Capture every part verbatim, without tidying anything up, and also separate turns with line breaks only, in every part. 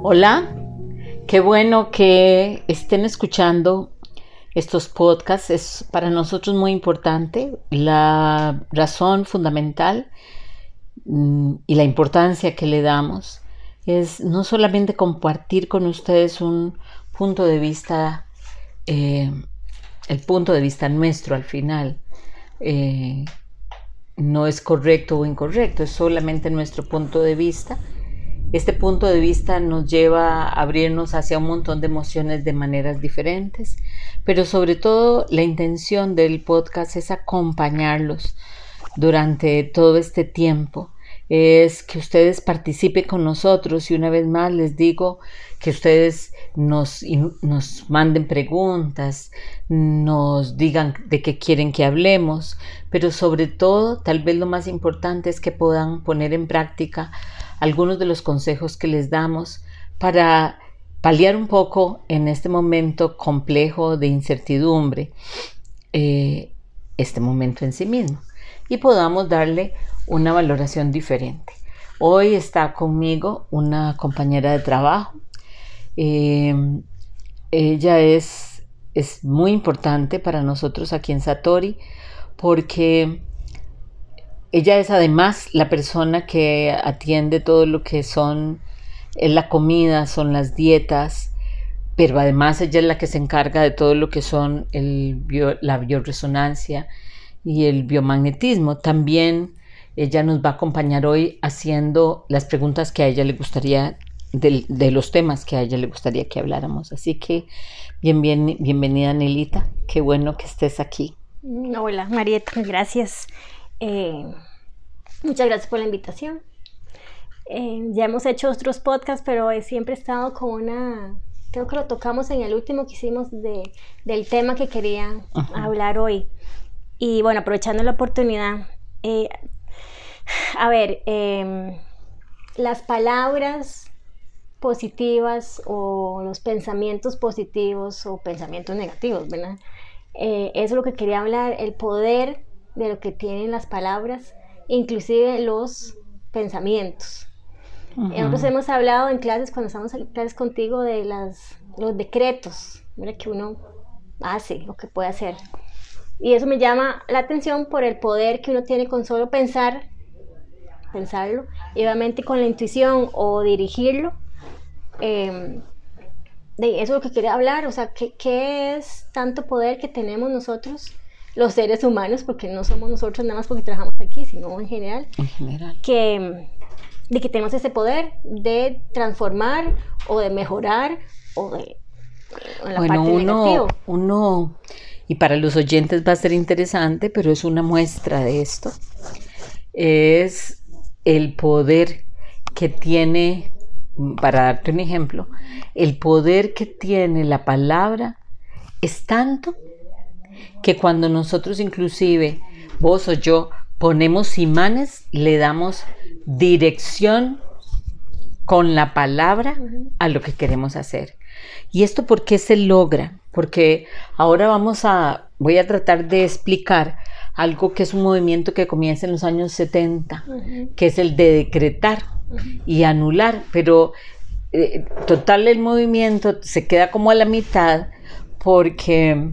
Hola, qué bueno que estén escuchando estos podcasts. Es para nosotros muy importante. La razón fundamental mm, y la importancia que le damos es no solamente compartir con ustedes un punto de vista, eh, el punto de vista nuestro al final, eh, no es correcto o incorrecto, es solamente nuestro punto de vista. Este punto de vista nos lleva a abrirnos hacia un montón de emociones de maneras diferentes, pero sobre todo la intención del podcast es acompañarlos durante todo este tiempo, es que ustedes participen con nosotros y una vez más les digo que ustedes nos, nos manden preguntas, nos digan de qué quieren que hablemos, pero sobre todo, tal vez lo más importante es que puedan poner en práctica algunos de los consejos que les damos para paliar un poco en este momento complejo de incertidumbre, eh, este momento en sí mismo, y podamos darle una valoración diferente. Hoy está conmigo una compañera de trabajo. Eh, ella es, es muy importante para nosotros aquí en Satori porque ella es además la persona que atiende todo lo que son es la comida, son las dietas, pero además ella es la que se encarga de todo lo que son el bio, la bioresonancia y el biomagnetismo. También ella nos va a acompañar hoy haciendo las preguntas que a ella le gustaría, de, de los temas que a ella le gustaría que habláramos. Así que bien, bien, bienvenida, Nelita, qué bueno que estés aquí.
Hola, Marieta, gracias. Eh, muchas gracias por la invitación. Eh, ya hemos hecho otros podcasts, pero he siempre estado con una, creo que lo tocamos en el último que hicimos de, del tema que quería uh-huh. hablar hoy. Y bueno, aprovechando la oportunidad, eh, a ver, eh, las palabras positivas o los pensamientos positivos o pensamientos negativos, ¿verdad? Eh, eso es lo que quería hablar, el poder de lo que tienen las palabras, inclusive los pensamientos. Uh-huh. Nosotros hemos hablado en clases, cuando estamos en clases contigo, de las, los decretos, ¿verdad? Que uno hace, lo que puede hacer. Y eso me llama la atención por el poder que uno tiene con solo pensar, pensarlo, y obviamente con la intuición o dirigirlo. Eh, de eso es lo que quería hablar, o sea, ¿qué, qué es tanto poder que tenemos nosotros, los seres humanos, porque no somos nosotros nada más porque trabajamos aquí, sino en general,
en general.
Que, de que tenemos ese poder de transformar o de mejorar o de en la
bueno,
parte
uno,
negativa.
Uno, y para los oyentes va a ser interesante, pero es una muestra de esto, es el poder que tiene, para darte un ejemplo, el poder que tiene la palabra es tanto que cuando nosotros inclusive, vos o yo, ponemos imanes, le damos dirección con la palabra a lo que queremos hacer. ¿Y esto por qué se logra? Porque ahora vamos a, voy a tratar de explicar algo que es un movimiento que comienza en los años setenta, uh-huh. que es el de decretar uh-huh. y anular, pero eh, total el movimiento se queda como a la mitad porque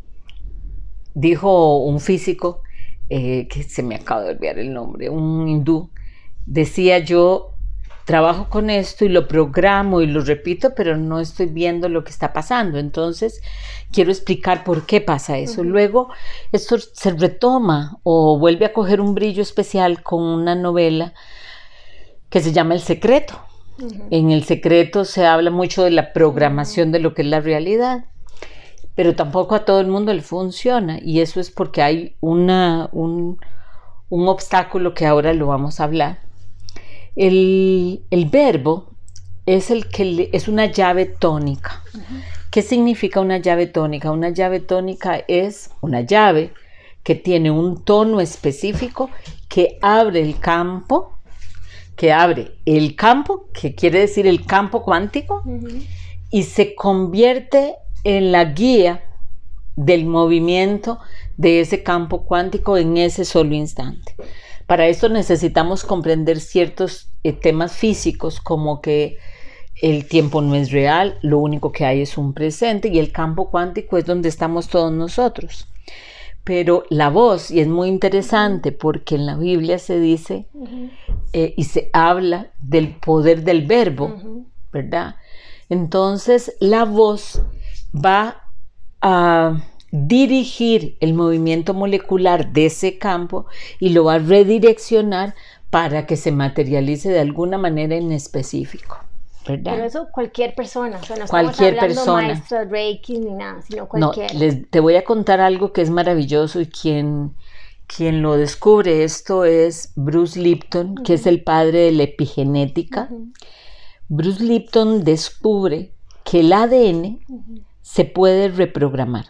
dijo un físico, eh, que se me acaba de olvidar el nombre, un hindú, decía: yo trabajo con esto y lo programo y lo repito, pero no estoy viendo lo que está pasando. Entonces, quiero explicar por qué pasa eso. Uh-huh. Luego, esto se retoma o vuelve a coger un brillo especial con una novela que se llama El Secreto. Uh-huh. En El Secreto se habla mucho de la programación uh-huh. de lo que es la realidad, pero tampoco a todo el mundo le funciona, y eso es porque hay una, un, un obstáculo que ahora lo vamos a hablar. El, el verbo es, el que le, es una llave tónica. Uh-huh. ¿Qué significa una llave tónica? Una llave tónica es una llave que tiene un tono específico que abre el campo, que abre el campo, que quiere decir el campo cuántico, uh-huh. y se convierte en la guía del movimiento de ese campo cuántico en ese solo instante. Para esto necesitamos comprender ciertos eh, temas físicos, como que el tiempo no es real, lo único que hay es un presente y el campo cuántico es donde estamos todos nosotros. Pero la voz, y es muy interesante porque en la Biblia se dice uh-huh. eh, y se habla del poder del verbo, uh-huh. ¿verdad? Entonces la voz va a dirigir el movimiento molecular de ese campo y lo va a redireccionar para que se materialice de alguna manera en específico, ¿verdad?
Pero eso cualquier persona, o sea, no
cualquier
estamos hablando
persona.
maestros, reiki ni nada, sino cualquiera.
No, les, te voy a contar algo que es maravilloso y quien, quien lo descubre esto es Bruce Lipton, uh-huh. que es el padre de la epigenética. Uh-huh. Bruce Lipton descubre que el A D N uh-huh. se puede reprogramar.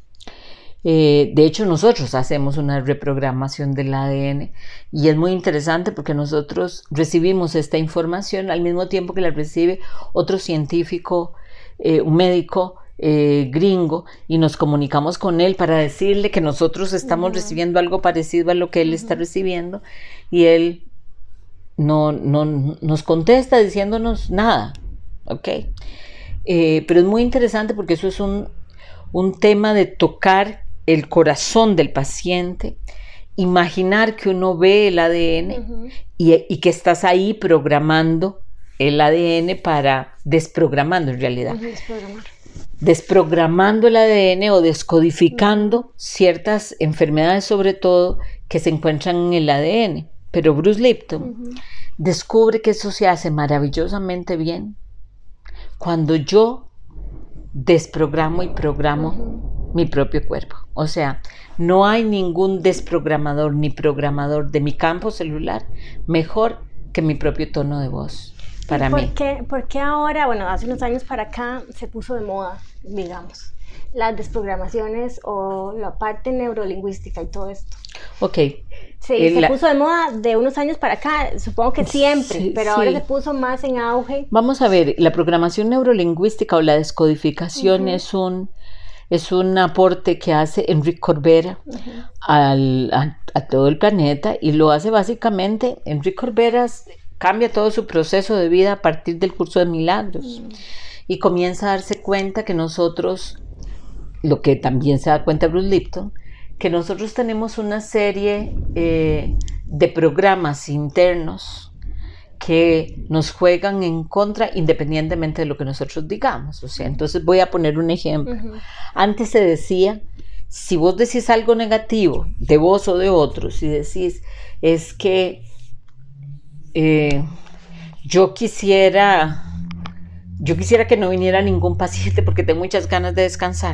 Eh, de hecho, nosotros hacemos una reprogramación del A D N y es muy interesante porque nosotros recibimos esta información al mismo tiempo que la recibe otro científico, eh, un médico eh, gringo, y nos comunicamos con él para decirle que nosotros estamos uh-huh. recibiendo algo parecido a lo que él uh-huh. está recibiendo, y él no, no nos contesta diciéndonos nada, ¿ok? Eh, pero es muy interesante porque eso es un, un tema de tocar el corazón del paciente, imaginar que uno ve el A D N uh-huh. y, y que estás ahí programando el A D N para, desprogramando en realidad, uh-huh, desprogramar. desprogramando el A D N o descodificando uh-huh. ciertas enfermedades sobre todo que se encuentran en el A D N. Pero Bruce Lipton uh-huh. descubre que eso se hace maravillosamente bien cuando yo desprogramo y programo uh-huh. mi propio cuerpo. O sea, no hay ningún desprogramador ni programador de mi campo celular mejor que mi propio tono de voz para
¿Por
mí.
Qué, ¿Por qué ahora, bueno, hace unos años para acá se puso de moda, digamos, las desprogramaciones o la parte neurolingüística y todo esto?
Ok.
Sí, eh, se la... puso de moda de unos años para acá, supongo que siempre,
sí,
pero
sí.
ahora se puso más en auge.
Vamos a ver, la programación neurolingüística o la descodificación uh-huh. es un... es un aporte que hace Enrique Corbera uh-huh. al, a, a todo el planeta, y lo hace básicamente. Enrique Corbera cambia todo su proceso de vida a partir del curso de milagros uh-huh. y comienza a darse cuenta que nosotros, lo que también se da cuenta Bruce Lipton, que nosotros tenemos una serie eh, de programas internos que nos juegan en contra independientemente de lo que nosotros digamos. O sea, entonces voy a poner un ejemplo. Uh-huh. Antes se decía, si vos decís algo negativo de vos o de otros, y decís, es que eh, yo quisiera, yo quisiera que no viniera ningún paciente porque tengo muchas ganas de descansar.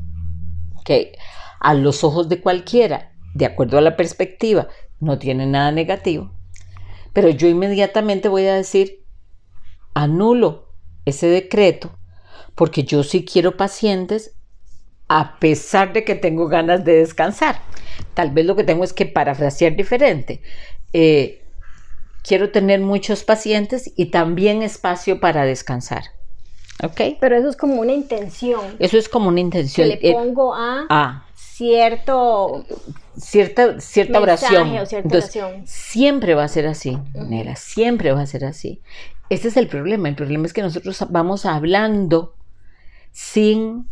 Que a los ojos de cualquiera, de acuerdo a la perspectiva, no tiene nada negativo. Pero yo inmediatamente voy a decir, anulo ese decreto, porque yo sí quiero pacientes a pesar de que tengo ganas de descansar. Tal vez lo que tengo es que parafrasear diferente. Eh, quiero tener muchos pacientes y también espacio para descansar. ¿Ok?
Pero eso es como una intención.
Eso es como una intención.
Que le pongo a...
a
cierto
cierta, cierta oración.
O cierta
Entonces,
oración.
Siempre va a ser así, Nela, siempre va a ser así. Ese es el problema. El problema es que nosotros vamos hablando sin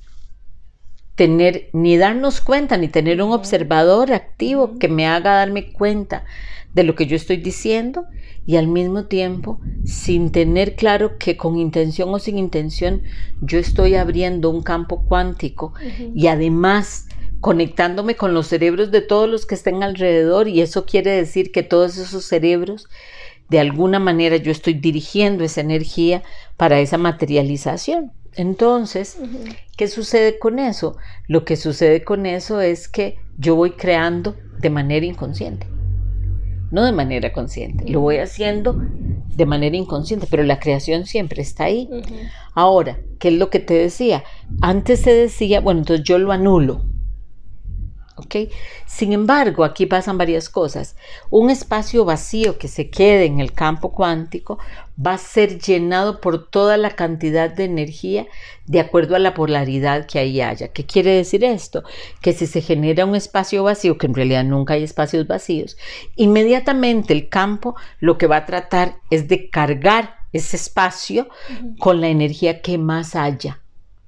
tener, ni darnos cuenta, ni tener un observador activo que me haga darme cuenta de lo que yo estoy diciendo, y al mismo tiempo sin tener claro que con intención o sin intención yo estoy abriendo un campo cuántico uh-huh. y además conectándome con los cerebros de todos los que estén alrededor, y eso quiere decir que todos esos cerebros, de alguna manera yo estoy dirigiendo esa energía para esa materialización. Entonces, uh-huh. ¿qué sucede con eso? Lo que sucede con eso es que yo voy creando de manera inconsciente, no de manera consciente, uh-huh. lo voy haciendo de manera inconsciente, pero la creación siempre está ahí. Uh-huh. Ahora, ¿qué es lo que te decía? Antes se decía, bueno, entonces yo lo anulo. ¿ok? Sin embargo, aquí pasan varias cosas. Un espacio vacío que se quede en el campo cuántico va a ser llenado por toda la cantidad de energía de acuerdo a la polaridad que ahí haya. ¿Qué quiere decir esto? Que si se genera un espacio vacío, que en realidad nunca hay espacios vacíos, inmediatamente el campo lo que va a tratar es de cargar ese espacio uh-huh. con la energía que más haya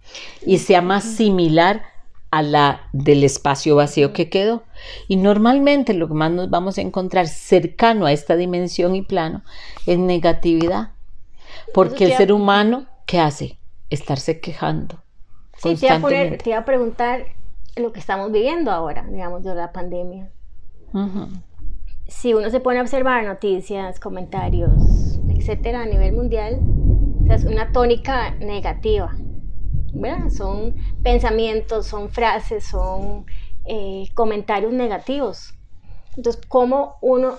y sea más uh-huh. similar a la del espacio vacío que quedó. Y normalmente lo que más nos vamos a encontrar cercano a esta dimensión y plano es negatividad. Porque el ser humano, ¿qué hace? Estarse quejando.
Sí, te iba, a poner, te iba a preguntar lo que estamos viviendo ahora, digamos, de la pandemia. Uh-huh. Si uno se pone a observar noticias, comentarios, etcétera, a nivel mundial, o sea, es una tónica negativa, ¿verdad? Son pensamientos, son frases, son eh, comentarios negativos. Entonces, ¿cómo uno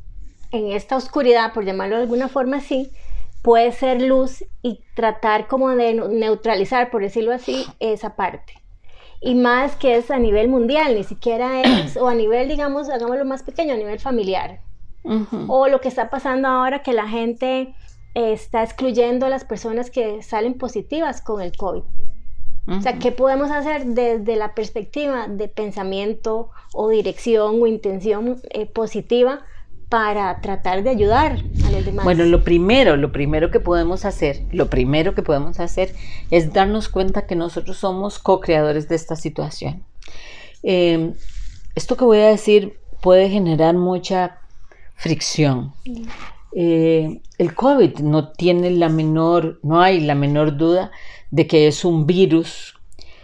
en esta oscuridad, por llamarlo de alguna forma así, puede ser luz y tratar como de neutralizar, por decirlo así, esa parte? Y más que es a nivel mundial, ni siquiera es, o a nivel, digamos, hagámoslo más pequeño, a nivel familiar. Uh-huh. O lo que está pasando ahora, que la gente eh, está excluyendo a las personas que salen positivas con el COVID. Uh-huh. O sea, ¿qué podemos hacer desde la perspectiva de pensamiento o dirección o intención eh, positiva para tratar de ayudar a los demás?
Bueno, lo primero, lo primero que podemos hacer, lo primero que podemos hacer es darnos cuenta que nosotros somos co-creadores de esta situación. Eh, esto que voy a decir puede generar mucha fricción. Uh-huh. Eh, el COVID no tiene la menor, no hay la menor duda de que es un virus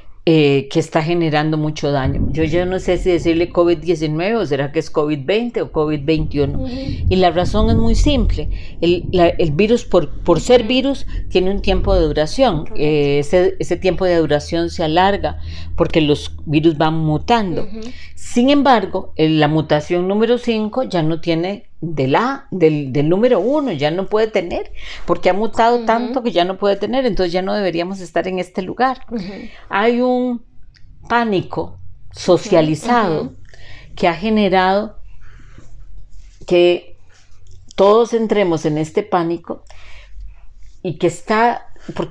eh, que está generando mucho daño. Yo ya no sé si decirle COVID diecinueve o será que es COVID veinte o COVID veintiuno. Uh-huh. Y la razón es muy simple. El, la, el virus, por, por ser virus, tiene un tiempo de duración. Uh-huh. Eh, ese, ese tiempo de duración se alarga porque los virus van mutando. Uh-huh. Sin embargo, la mutación número cinco ya no tiene del A, del, del número uno, ya no puede tener, porque ha mutado uh-huh. tanto que ya no puede tener, entonces ya no deberíamos estar en este lugar. Uh-huh. Hay un pánico socializado uh-huh. que ha generado que todos entremos en este pánico y que está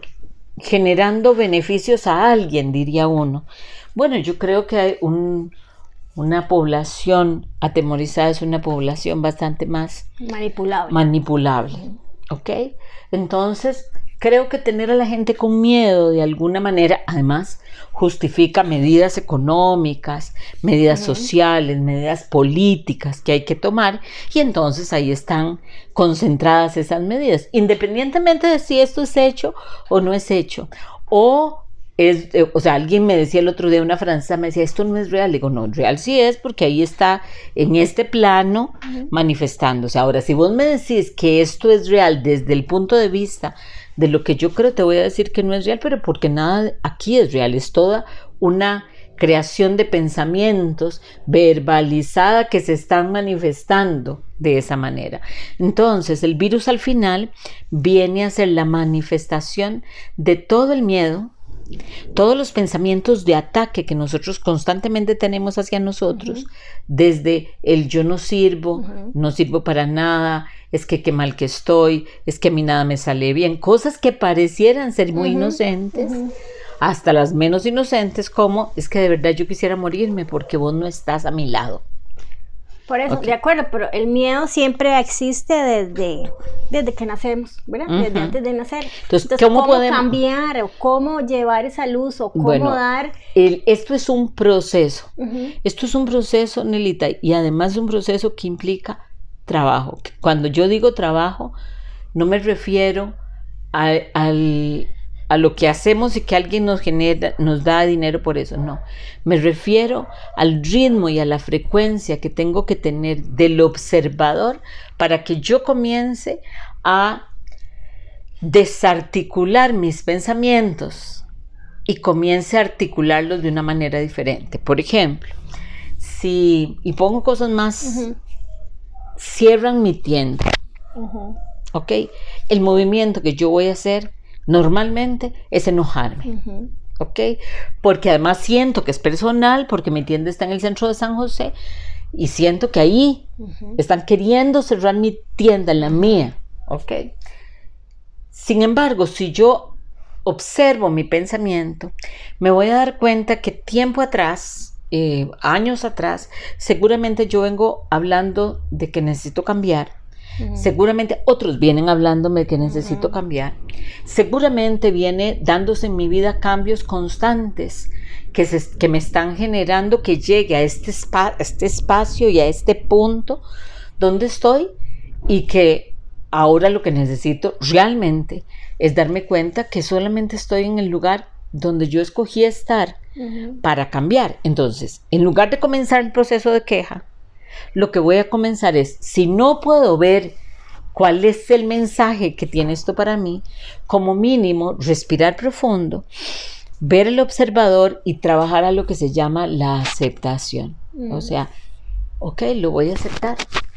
generando beneficios a alguien, diría uno. Bueno, yo creo que hay un... Una población atemorizada es una población bastante más
manipulable.
manipulable, ¿ok? Entonces, creo que tener a la gente con miedo de alguna manera, además, justifica medidas económicas, medidas uh-huh. sociales, medidas políticas que hay que tomar, y entonces ahí están concentradas esas medidas, independientemente de si esto es hecho o no es hecho, o... Es, eh, o sea, alguien me decía el otro día, una francesa me decía, esto no es real. Le digo, no, real sí es, porque ahí está en este plano uh-huh. manifestándose. Ahora, si vos me decís que esto es real desde el punto de vista de lo que yo creo, te voy a decir que no es real, pero porque nada aquí es real, es toda una creación de pensamientos verbalizada que se están manifestando de esa manera. Entonces, el virus al final viene a ser la manifestación de todo el miedo, todos los pensamientos de ataque que nosotros constantemente tenemos hacia nosotros, uh-huh. desde el yo no sirvo, uh-huh. no sirvo para nada, es que qué mal que estoy, es que a mí nada me sale bien, cosas que parecieran ser muy uh-huh. inocentes, uh-huh. hasta las menos inocentes, como es que de verdad yo quisiera morirme porque vos no estás a mi lado.
Por eso, okay. de acuerdo, pero el miedo siempre existe desde, desde que nacemos, ¿verdad? Uh-huh. Desde antes de nacer. Entonces, Entonces ¿cómo, ¿cómo podemos cambiar o cómo llevar esa luz o cómo bueno, dar?
El, esto es un proceso. Uh-huh. Esto es un proceso, Nelita, y además es un proceso que implica trabajo. Cuando yo digo trabajo, no me refiero a, al... a lo que hacemos y que alguien nos genera, nos da dinero por eso, no. Me refiero al ritmo y a la frecuencia que tengo que tener del observador para que yo comience a desarticular mis pensamientos y comience a articularlos de una manera diferente. Por ejemplo, si, y pongo cosas más, uh-huh. cierran mi tienda, uh-huh. ¿ok? El movimiento que yo voy a hacer normalmente es enojarme. Uh-huh. ¿ok? Porque además siento que es personal, porque mi tienda está en el centro de San José y siento que ahí uh-huh. están queriendo cerrar mi tienda, la mía, ¿ok? Sin embargo, si yo observo mi pensamiento, me voy a dar cuenta que tiempo atrás, eh, años atrás, seguramente yo vengo hablando de que necesito cambiar. Uh-huh. Seguramente otros vienen hablándome de que necesito uh-huh. cambiar. Seguramente viene dándose en mi vida cambios constantes que, se, que me están generando que llegue a este, spa, a este espacio y a este punto donde estoy, y que ahora lo que necesito realmente es darme cuenta que solamente estoy en el lugar donde yo escogí estar uh-huh. para cambiar. Entonces, en lugar de comenzar el proceso de queja, lo que voy a comenzar es, si no puedo ver cuál es el mensaje que tiene esto para mí, como mínimo respirar profundo, ver el observador y trabajar a lo que se llama la aceptación. Mm. O sea, ok, lo voy a aceptar.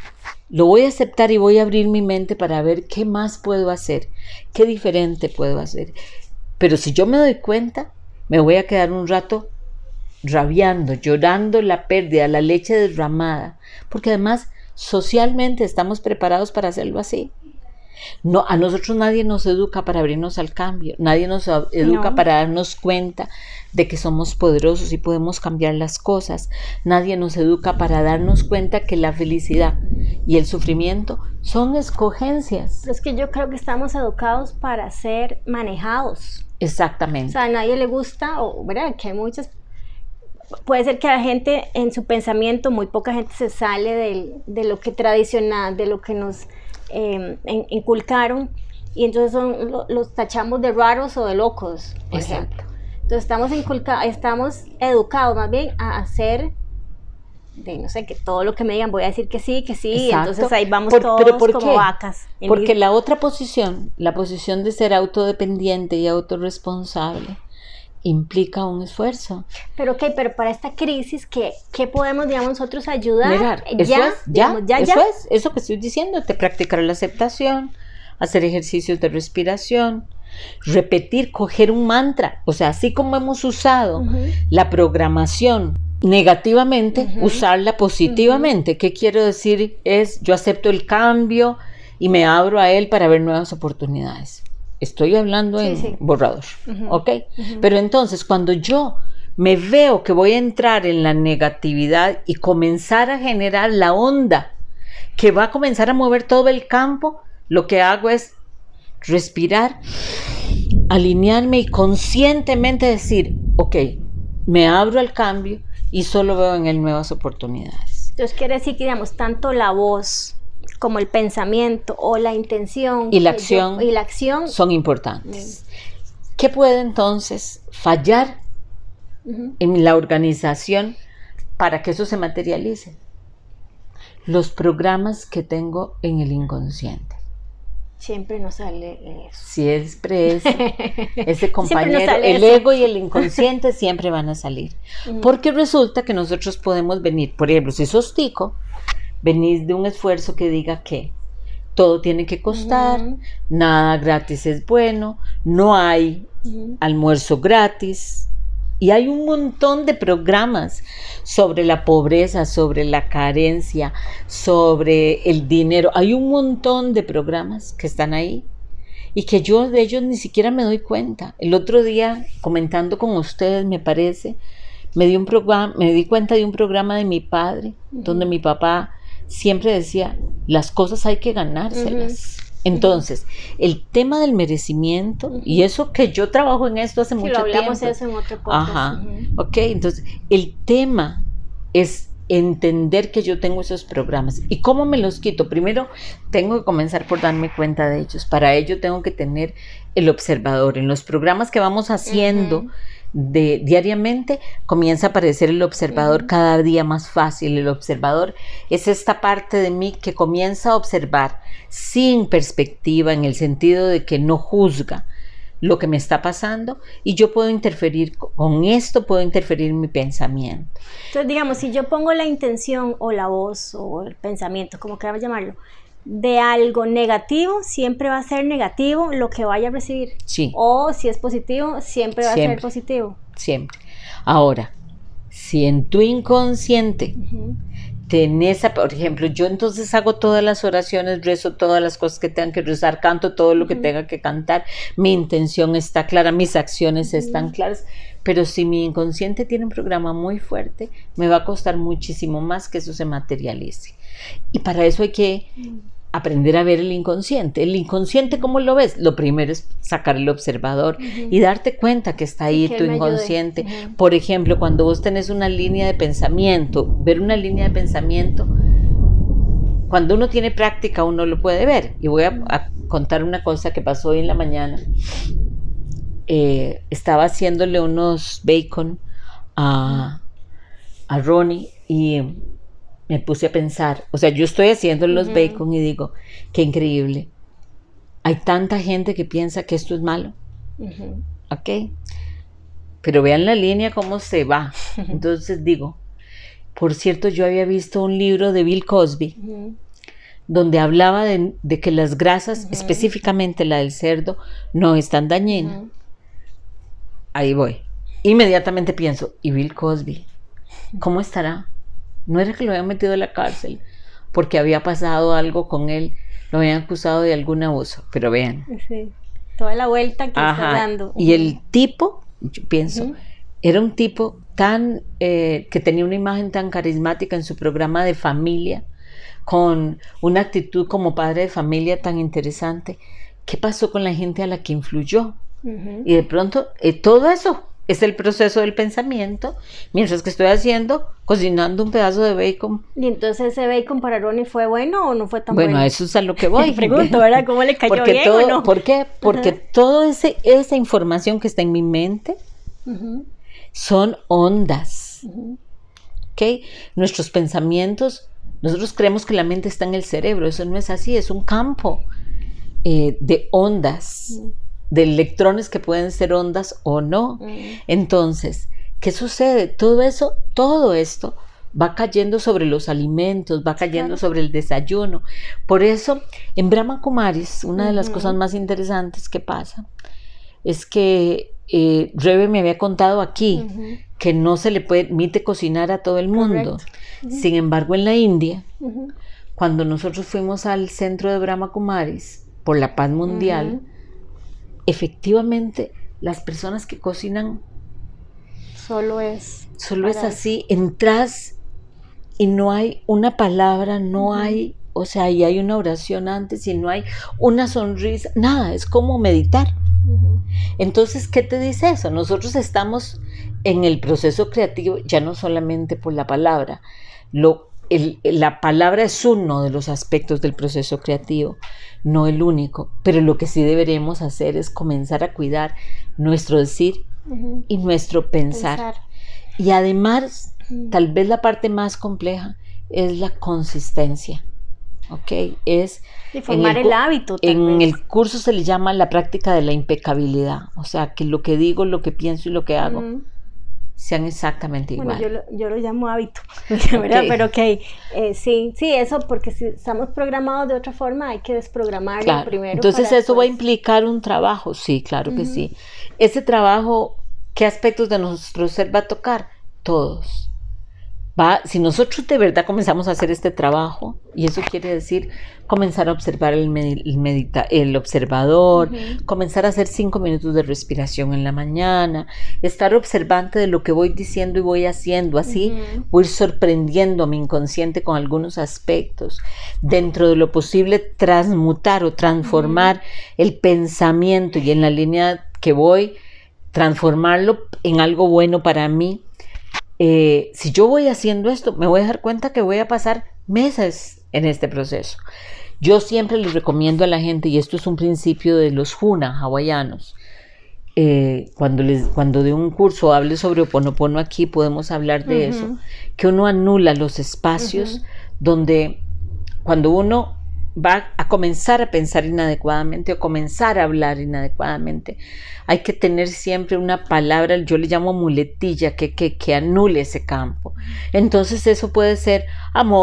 Lo voy a aceptar y voy a abrir mi mente para ver qué más puedo hacer, qué diferente puedo hacer. Pero si yo me doy cuenta, me voy a quedar un rato rabiando, llorando la pérdida, la leche derramada, porque además socialmente estamos preparados para hacerlo así. No, a nosotros nadie nos educa para abrirnos al cambio, nadie nos educa no. para darnos cuenta de que somos poderosos y podemos cambiar las cosas, nadie nos educa para darnos cuenta que la felicidad y el sufrimiento son escogencias.
Pero es que yo creo que estamos educados para ser manejados.
Exactamente.
O sea, a nadie le gusta, o ¿verdad? Que hay muchas. Puede ser que la gente en su pensamiento, muy poca gente se sale del, de lo que tradicional, de lo que nos eh, en, inculcaron, y entonces son, lo, los tachamos de raros o de locos, por Exacto. ejemplo. Entonces estamos, inculca, estamos educados más bien a hacer, de, no sé, que todo lo que me digan voy a decir que sí, que sí, y entonces ahí vamos por, todos ¿pero por como
qué?
vacas.
Porque la otra posición, la posición de ser autodependiente y autorresponsable, implica un esfuerzo.
Pero ok, pero para esta crisis, ¿qué, qué podemos, digamos, nosotros ayudar?
Mirar, eso
ya,
es, ya,
digamos, ya,
eso
ya.
es, eso que estoy diciendo, te practicar la aceptación, hacer ejercicios de respiración, repetir, coger un mantra, o sea, así como hemos usado uh-huh. la programación negativamente, uh-huh. usarla positivamente. Uh-huh. ¿Qué quiero decir? Es, yo acepto el cambio y me abro a él para ver nuevas oportunidades. Estoy hablando sí, en sí. borrador, uh-huh. ¿ok? Uh-huh. Pero entonces, cuando yo me veo que voy a entrar en la negatividad y comenzar a generar la onda que va a comenzar a mover todo el campo, lo que hago es respirar, alinearme y conscientemente decir, ok, me abro al cambio y solo veo en él nuevas oportunidades.
Entonces quiere decir que, digamos, tanto la voz como el pensamiento o la intención
y la acción,
yo, y la acción
son importantes. Mm. ¿Qué puede entonces fallar uh-huh. en la organización para que eso se materialice? Los programas que tengo en el inconsciente.
Siempre nos sale eso.
Siempre es ese compañero, el eso. Ego y el inconsciente siempre van a salir. Uh-huh. Porque resulta que nosotros podemos venir, por ejemplo, si sos tico, venís de un esfuerzo que diga que todo tiene que costar, uh-huh. nada gratis es bueno, no hay uh-huh. almuerzo gratis, y hay un montón de programas sobre la pobreza, sobre la carencia, sobre el dinero. Hay un montón de programas que están ahí y que yo de ellos ni siquiera me doy cuenta. El otro día, comentando con ustedes, me parece, me di, un programa, me di cuenta de un programa de mi padre, uh-huh. donde mi papá siempre decía, las cosas hay que ganárselas. Uh-huh. Entonces, uh-huh. el tema del merecimiento, uh-huh. y eso que yo trabajo en esto hace sí, mucho tiempo. Sí, hablamos
eso en otro podcast.
Ajá, uh-huh. ok, entonces, el tema es entender que yo tengo esos programas. ¿Y cómo me los quito? Primero, tengo que comenzar por darme cuenta de ellos. Para ello tengo que tener el observador. En los programas que vamos haciendo, uh-huh. de diariamente comienza a aparecer el observador uh-huh. cada día más fácil. El observador es esta parte de mí que comienza a observar sin perspectiva, en el sentido de que no juzga lo que me está pasando, y yo puedo interferir con esto, puedo interferir en mi pensamiento.
Entonces, digamos, si yo pongo la intención o la voz o el pensamiento, como queramos llamarlo, de algo negativo, siempre va a ser negativo lo que vaya a recibir.
Sí.
O si es positivo, siempre va
Siempre.
a ser positivo.
Siempre. Ahora, si en tu inconsciente
Ujú.
tenés, a- por ejemplo, yo entonces hago todas las oraciones, rezo todas las cosas que tengan que rezar, canto todo lo que
Ujú.
tenga que cantar, mi intención está clara, mis acciones
Ujú.
están claras, pero si mi inconsciente tiene un programa muy fuerte, me va a costar muchísimo más que eso se materialice. Y para eso hay que aprender a ver el inconsciente. El inconsciente, ¿cómo lo ves? Lo primero es sacar el observador
Ujú.
y darte cuenta que está ahí
que
tu
él me ayude.
inconsciente.
Ujú.
Por ejemplo, cuando vos tenés una línea de pensamiento, ver una línea de pensamiento, cuando uno tiene práctica uno lo puede ver. Y voy a, a contar una cosa que pasó hoy en la mañana. Eh, estaba haciéndole unos bacon a, a Ronnie y me puse a pensar, o sea, yo estoy haciendo los
Ujú.
bacon y digo, qué increíble. Hay tanta gente que piensa que esto es malo,
Ujú.
¿ok? Pero vean la línea cómo se va. Entonces digo, por cierto, yo había visto un libro de Bill Cosby
Ujú.
donde hablaba de, de que las grasas,
Ujú.
específicamente la del cerdo, no es tan dañina.
Ujú.
Ahí voy. Inmediatamente pienso, ¿y Bill Cosby? ¿Cómo estará? No era que lo habían metido a la cárcel porque había pasado algo con él, lo habían acusado de algún abuso, pero vean.
Sí. Toda la vuelta que está
Ajá.
dando.
Y el tipo, yo pienso,
Ujú.
era un tipo tan, eh, que tenía una imagen tan carismática en su programa de familia, con una actitud como padre de familia tan interesante. ¿Qué pasó con la gente a la que influyó?
Ujú.
Y de pronto, eh, todo eso es el proceso del pensamiento, mientras que estoy haciendo, cocinando un pedazo de bacon.
Y entonces ese bacon para Ronnie fue bueno o no fue tan
Bueno,
bueno.
a eso es a lo que voy.
Pregunto, ¿verdad? ¿Cómo le cayó
Porque
bien
todo,
o no?
¿Por qué? Porque
Ajá.
toda esa información que está en mi mente
Ujú.
son ondas.
Ujú.
¿Ok? Nuestros pensamientos, nosotros creemos que la mente está en el cerebro, eso no es así, es un campo eh, de ondas,
Ujú.
de electrones que pueden ser ondas o no.
Ujú.
Entonces, ¿qué sucede? Todo eso, todo esto va cayendo sobre los alimentos, va cayendo
Claro.
sobre el desayuno. Por eso, en Brahma Kumaris, una de las
Ujú.
cosas más interesantes que pasa es que eh, Rebe me había contado aquí
Ujú.
que no se le permite cocinar a todo el mundo.
Correcto. Ujú.
Sin embargo, en la India,
Ujú.
cuando nosotros fuimos al centro de Brahma Kumaris por la paz mundial,
Ujú.
efectivamente las personas que cocinan
Solo es.
solo es
para
así, entras y no hay una palabra, no
Ujú.
hay, o sea, y hay una oración antes y no hay una sonrisa, nada, es como meditar.
Ujú.
Entonces, ¿qué te dice eso? Nosotros estamos en el proceso creativo ya no solamente por la palabra, lo, el, la palabra es uno de los aspectos del proceso creativo, no el único, pero lo que sí deberemos hacer es comenzar a cuidar nuestro decir
Ujú.
y nuestro pensar.
Pensar.
Y además,
Ujú.
tal vez la parte más compleja es la consistencia, ¿ok? Es
Y formar
en
el,
cu-
hábito tal
en
vez.
el curso se le llama la práctica de la impecabilidad, o sea, que lo que digo, lo que pienso y lo que hago
Ujú.
sean exactamente
Bueno,
igual.
yo lo, yo lo llamo hábito, ¿verdad?
Ok.
Pero ok, eh, sí, sí, eso, porque si estamos programados de otra forma, hay que desprogramarlo
Claro.
primero.
Entonces
para
eso va a
después-
implicar un trabajo, sí, claro que
Ujú.
sí. Ese trabajo, ¿qué aspectos de nuestro ser va a tocar? Todos. Va, si nosotros de verdad comenzamos a hacer este trabajo, y eso quiere decir comenzar a observar el, medi- el, medita- el observador,
Ujú.
comenzar a hacer cinco minutos de respiración en la mañana, estar observante de lo que voy diciendo y voy haciendo, así
Ujú.
voy a ir sorprendiendo a mi inconsciente con algunos aspectos, dentro de lo posible transmutar o transformar el pensamiento y en la línea que voy, transformarlo en algo bueno para mí. Eh, si yo voy haciendo esto, me voy a dar cuenta que voy a pasar meses en este proceso. Yo siempre les recomiendo a la gente, y esto es un principio de los Huna hawaianos, eh, cuando, les, cuando de un curso hable sobre Ho'oponopono aquí, podemos hablar de
Ujú.
eso, que uno anula los espacios
Ujú.
donde cuando uno va a comenzar a pensar inadecuadamente o comenzar a hablar inadecuadamente, hay que tener siempre una palabra, yo le llamo muletilla, que, que, que anule ese campo. Entonces eso puede ser amor,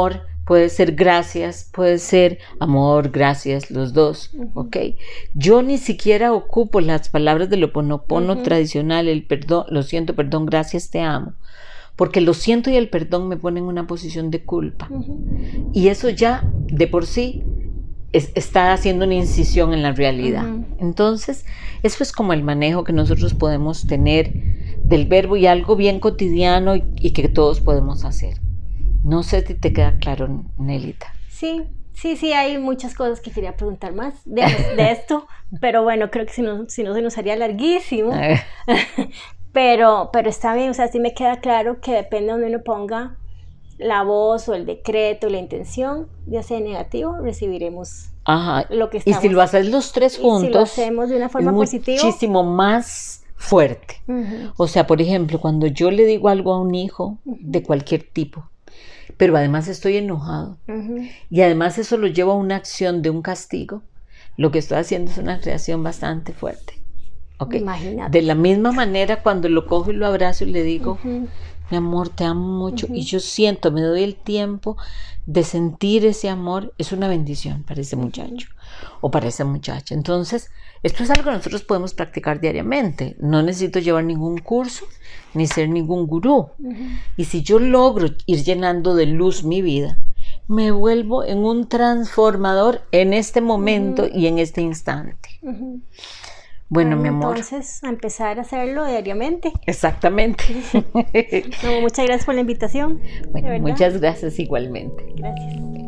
puede ser gracias, puede ser amor, gracias, los dos, uh-huh. ¿ok? Yo ni siquiera ocupo las palabras del Ho'oponopono uh-huh. tradicional, el perdón, lo siento, perdón, gracias, te amo. Porque lo siento y el perdón me ponen en una posición de culpa. Uh-huh. Y eso ya, de por sí, es, está haciendo una incisión en la realidad. Uh-huh. Entonces, eso es como el manejo que nosotros podemos tener del verbo y algo bien cotidiano y, y que todos podemos hacer. No sé si te queda claro, Nelita.
Sí, sí, sí, hay muchas cosas que quería preguntar más de, de esto, pero bueno, creo que si no, si no se nos haría larguísimo. pero, pero está bien, o sea, sí me queda claro que depende de donde uno ponga la voz o el decreto, la intención, ya sea negativo, recibiremos Ajá. lo que estamos.
Y si lo haces los tres juntos,
si lo hacemos de una forma
es
positiva,
muchísimo más fuerte. Uh-huh. O sea, por ejemplo, cuando yo le digo algo a un hijo uh-huh. de cualquier tipo, pero además estoy enojado uh-huh. y además eso lo llevo a una acción de un castigo, lo que estoy haciendo es una creación bastante fuerte. Okay. Imagínate. De la misma manera, cuando lo cojo y lo abrazo y le digo, uh-huh. mi amor, te amo mucho, uh-huh. y yo siento, me doy el tiempo de sentir ese amor, es una bendición para ese muchacho uh-huh. o para esa muchacha. Entonces, esto es algo que nosotros podemos practicar diariamente. No necesito llevar ningún curso ni ser ningún gurú. Uh-huh. Y si yo logro ir llenando de luz mi vida, me vuelvo en un transformador en este momento uh-huh. y en este instante. Uh-huh. Bueno, bueno, mi amor.
Entonces, a empezar a hacerlo diariamente.
Exactamente.
No, muchas gracias por la invitación.
Bueno, muchas gracias igualmente.
Gracias.